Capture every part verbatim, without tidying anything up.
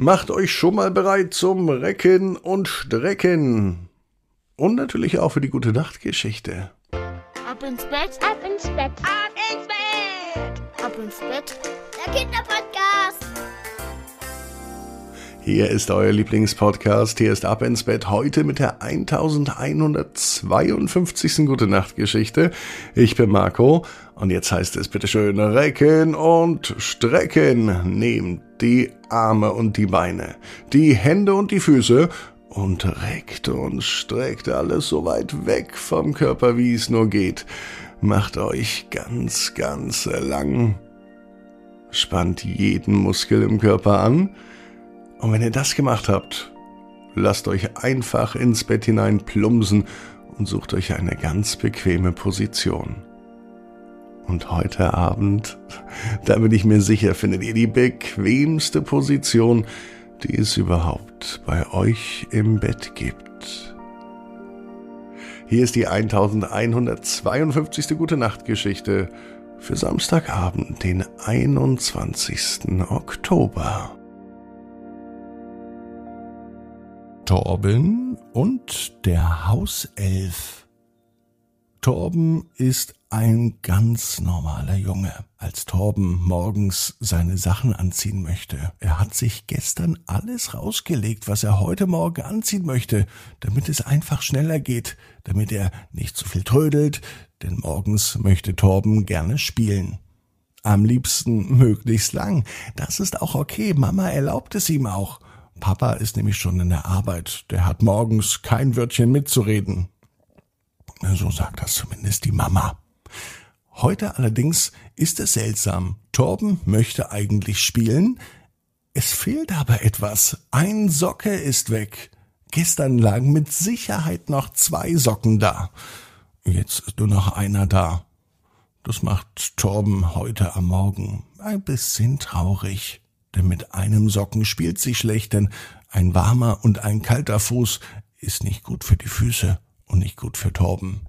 Macht euch schon mal bereit zum Recken und Strecken. Und natürlich auch für die Gute-Nacht-Geschichte. Ab ins Bett, ab ins Bett, ab ins Bett, ab ins Bett. Der Kinderpodcast. Hier ist euer Lieblingspodcast. Hier ist Ab ins Bett. Heute mit der elfhundertzweiundfünfzigsten Gute-Nacht-Geschichte. Ich bin Marco. Und jetzt heißt es bitteschön recken und strecken. Nehmt die Arme und die Beine, die Hände und die Füße und reckt und streckt alles so weit weg vom Körper, wie es nur geht. Macht euch ganz, ganz lang. Spannt jeden Muskel im Körper an. Und wenn ihr das gemacht habt, lasst euch einfach ins Bett hinein plumpsen und sucht euch eine ganz bequeme Position. Und heute Abend, da bin ich mir sicher, findet ihr die bequemste Position, die es überhaupt bei euch im Bett gibt. Hier ist die elfhundertzweiundfünfzigste Gute-Nacht-Geschichte für Samstagabend, den einundzwanzigsten Oktober. Torben und der Hauself. Torben ist ein ganz normaler Junge. Als Torben morgens seine Sachen anziehen möchte, er hat sich gestern alles rausgelegt, was er heute Morgen anziehen möchte, damit es einfach schneller geht, damit er nicht zu viel trödelt, denn morgens möchte Torben gerne spielen. Am liebsten möglichst lang. Das ist auch okay, Mama erlaubt es ihm auch. Papa ist nämlich schon in der Arbeit, der hat morgens kein Wörtchen mitzureden. So sagt das zumindest die Mama. Heute allerdings ist es seltsam. Torben möchte eigentlich spielen, es fehlt aber etwas. Ein Socke ist weg. Gestern lagen mit Sicherheit noch zwei Socken da. Jetzt ist nur noch einer da. Das macht Torben heute am Morgen ein bisschen traurig. Denn mit einem Socken spielt sie schlecht, denn ein warmer und ein kalter Fuß ist nicht gut für die Füße und nicht gut für Torben.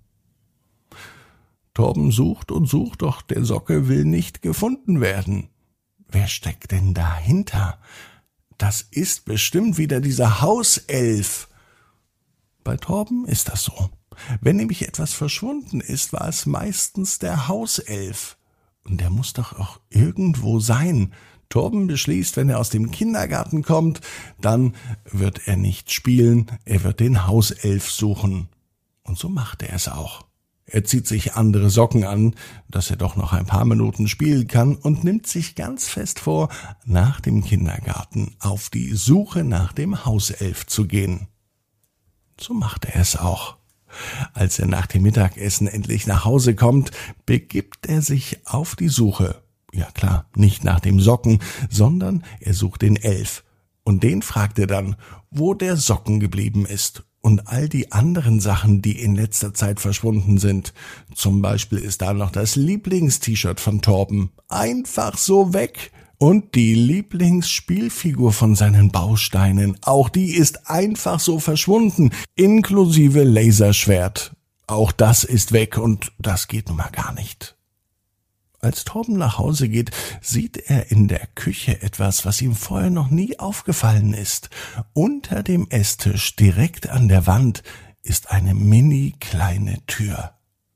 Torben sucht und sucht, doch der Socke will nicht gefunden werden. Wer steckt denn dahinter? Das ist bestimmt wieder dieser Hauself. Bei Torben ist das so. Wenn nämlich etwas verschwunden ist, war es meistens der Hauself. Und der muss doch auch irgendwo sein. Torben beschließt, wenn er aus dem Kindergarten kommt, dann wird er nicht spielen, er wird den Hauself suchen. Und so macht er es auch. Er zieht sich andere Socken an, dass er doch noch ein paar Minuten spielen kann und nimmt sich ganz fest vor, nach dem Kindergarten auf die Suche nach dem Hauself zu gehen. So macht er es auch. Als er nach dem Mittagessen endlich nach Hause kommt, begibt er sich auf die Suche. Ja klar, nicht nach dem Socken, sondern er sucht den Elf. Und den fragt er dann, wo der Socken geblieben ist. Und all die anderen Sachen, die in letzter Zeit verschwunden sind. Zum Beispiel ist da noch das Lieblingst-T-Shirt von Torben. Einfach so weg. Und die Lieblingsspielfigur von seinen Bausteinen. Auch die ist einfach so verschwunden. Inklusive Laserschwert. Auch das ist weg und das geht nun mal gar nicht. Als Torben nach Hause geht, sieht er in der Küche etwas, was ihm vorher noch nie aufgefallen ist. Unter dem Esstisch, direkt an der Wand, ist eine mini kleine Tür.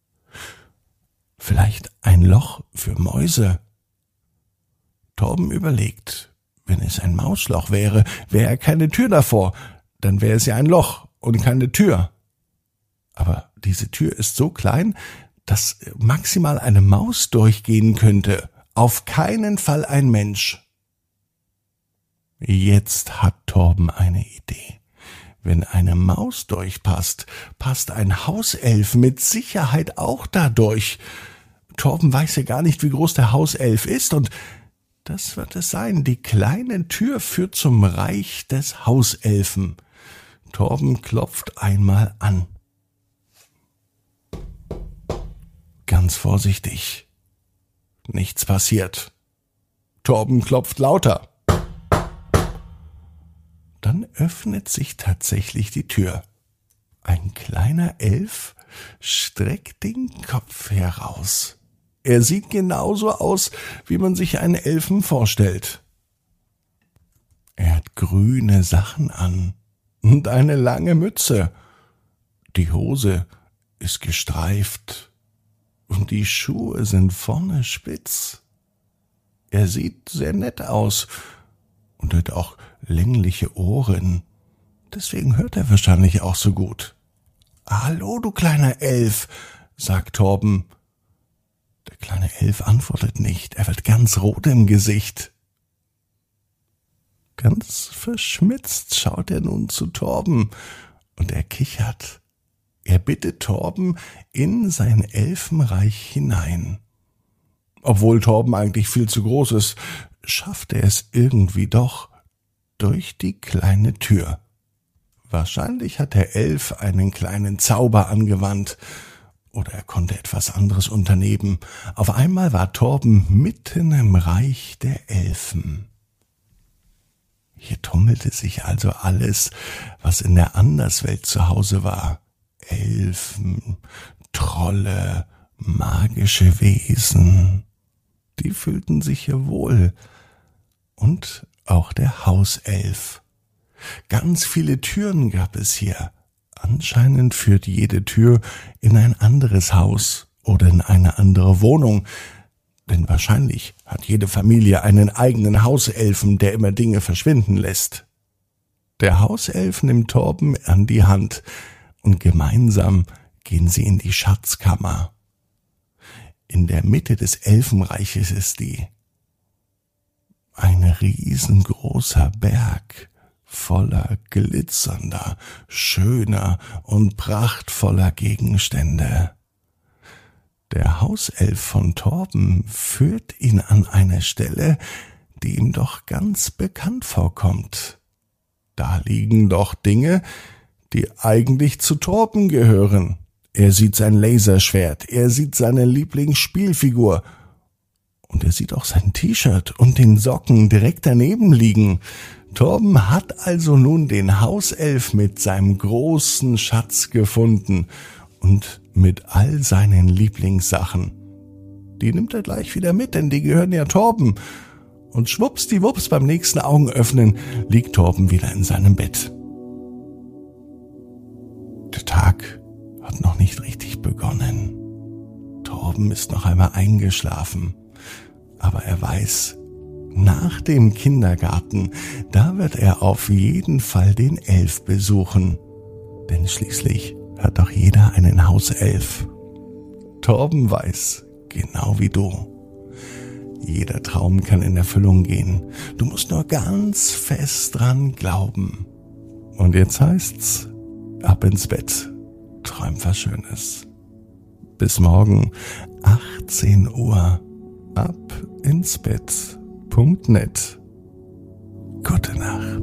Vielleicht ein Loch für Mäuse? Torben überlegt, wenn es ein Mausloch wäre, wäre keine Tür davor, dann wäre es ja ein Loch und keine Tür. Aber diese Tür ist so klein, dass maximal eine Maus durchgehen könnte, auf keinen Fall ein Mensch. Jetzt hat Torben eine Idee. Wenn eine Maus durchpasst, passt ein Hauself mit Sicherheit auch da durch. Torben weiß ja gar nicht, wie groß der Hauself ist, und das wird es sein. Die kleine Tür führt zum Reich des Hauselfen. Torben klopft einmal an. Ganz vorsichtig. Nichts passiert. Torben klopft lauter. Dann öffnet sich tatsächlich die Tür. Ein kleiner Elf streckt den Kopf heraus. Er sieht genauso aus, wie man sich einen Elfen vorstellt. Er hat grüne Sachen an und eine lange Mütze. Die Hose ist gestreift und die Schuhe sind vorne spitz. Er sieht sehr nett aus und hat auch längliche Ohren. Deswegen hört er wahrscheinlich auch so gut. »Hallo, du kleiner Elf«, sagt Torben. Der kleine Elf antwortet nicht. Er wird ganz rot im Gesicht. Ganz verschmitzt schaut er nun zu Torben und er kichert. Er bittet Torben in sein Elfenreich hinein. Obwohl Torben eigentlich viel zu groß ist, schafft er es irgendwie doch durch die kleine Tür. Wahrscheinlich hat der Elf einen kleinen Zauber angewandt oder er konnte etwas anderes unternehmen. Auf einmal war Torben mitten im Reich der Elfen. Hier tummelte sich also alles, was in der Anderswelt zu Hause war. Elfen, Trolle, magische Wesen, die fühlten sich hier wohl. Und auch der Hauself. Ganz viele Türen gab es hier. Anscheinend führt jede Tür in ein anderes Haus oder in eine andere Wohnung. Denn wahrscheinlich hat jede Familie einen eigenen Hauselfen, der immer Dinge verschwinden lässt. Der Hauself nimmt Torben an die Hand und gemeinsam gehen sie in die Schatzkammer. In der Mitte des Elfenreiches ist die. Ein riesengroßer Berg voller glitzernder, schöner und prachtvoller Gegenstände. Der Hauself von Torben führt ihn an eine Stelle, die ihm doch ganz bekannt vorkommt. Da liegen doch Dinge, die eigentlich zu Torben gehören. Er sieht sein Laserschwert, er sieht seine Lieblingsspielfigur und er sieht auch sein T-Shirt und den Socken direkt daneben liegen. Torben hat also nun den Hauself mit seinem großen Schatz gefunden und mit all seinen Lieblingssachen. Die nimmt er gleich wieder mit, denn die gehören ja Torben. Und schwuppsdiwupps, beim nächsten Augenöffnen liegt Torben wieder in seinem Bett. Der Tag hat noch nicht richtig begonnen. Torben ist noch einmal eingeschlafen. Aber er weiß, nach dem Kindergarten, da wird er auf jeden Fall den Elf besuchen. Denn schließlich hat doch jeder einen Hauself. Torben weiß, genau wie du. Jeder Traum kann in Erfüllung gehen. Du musst nur ganz fest dran glauben. Und jetzt heißt's, ab ins Bett. Träum was Schönes. Bis morgen, achtzehn Uhr. Ab ins Bett. Punkt net. Gute Nacht.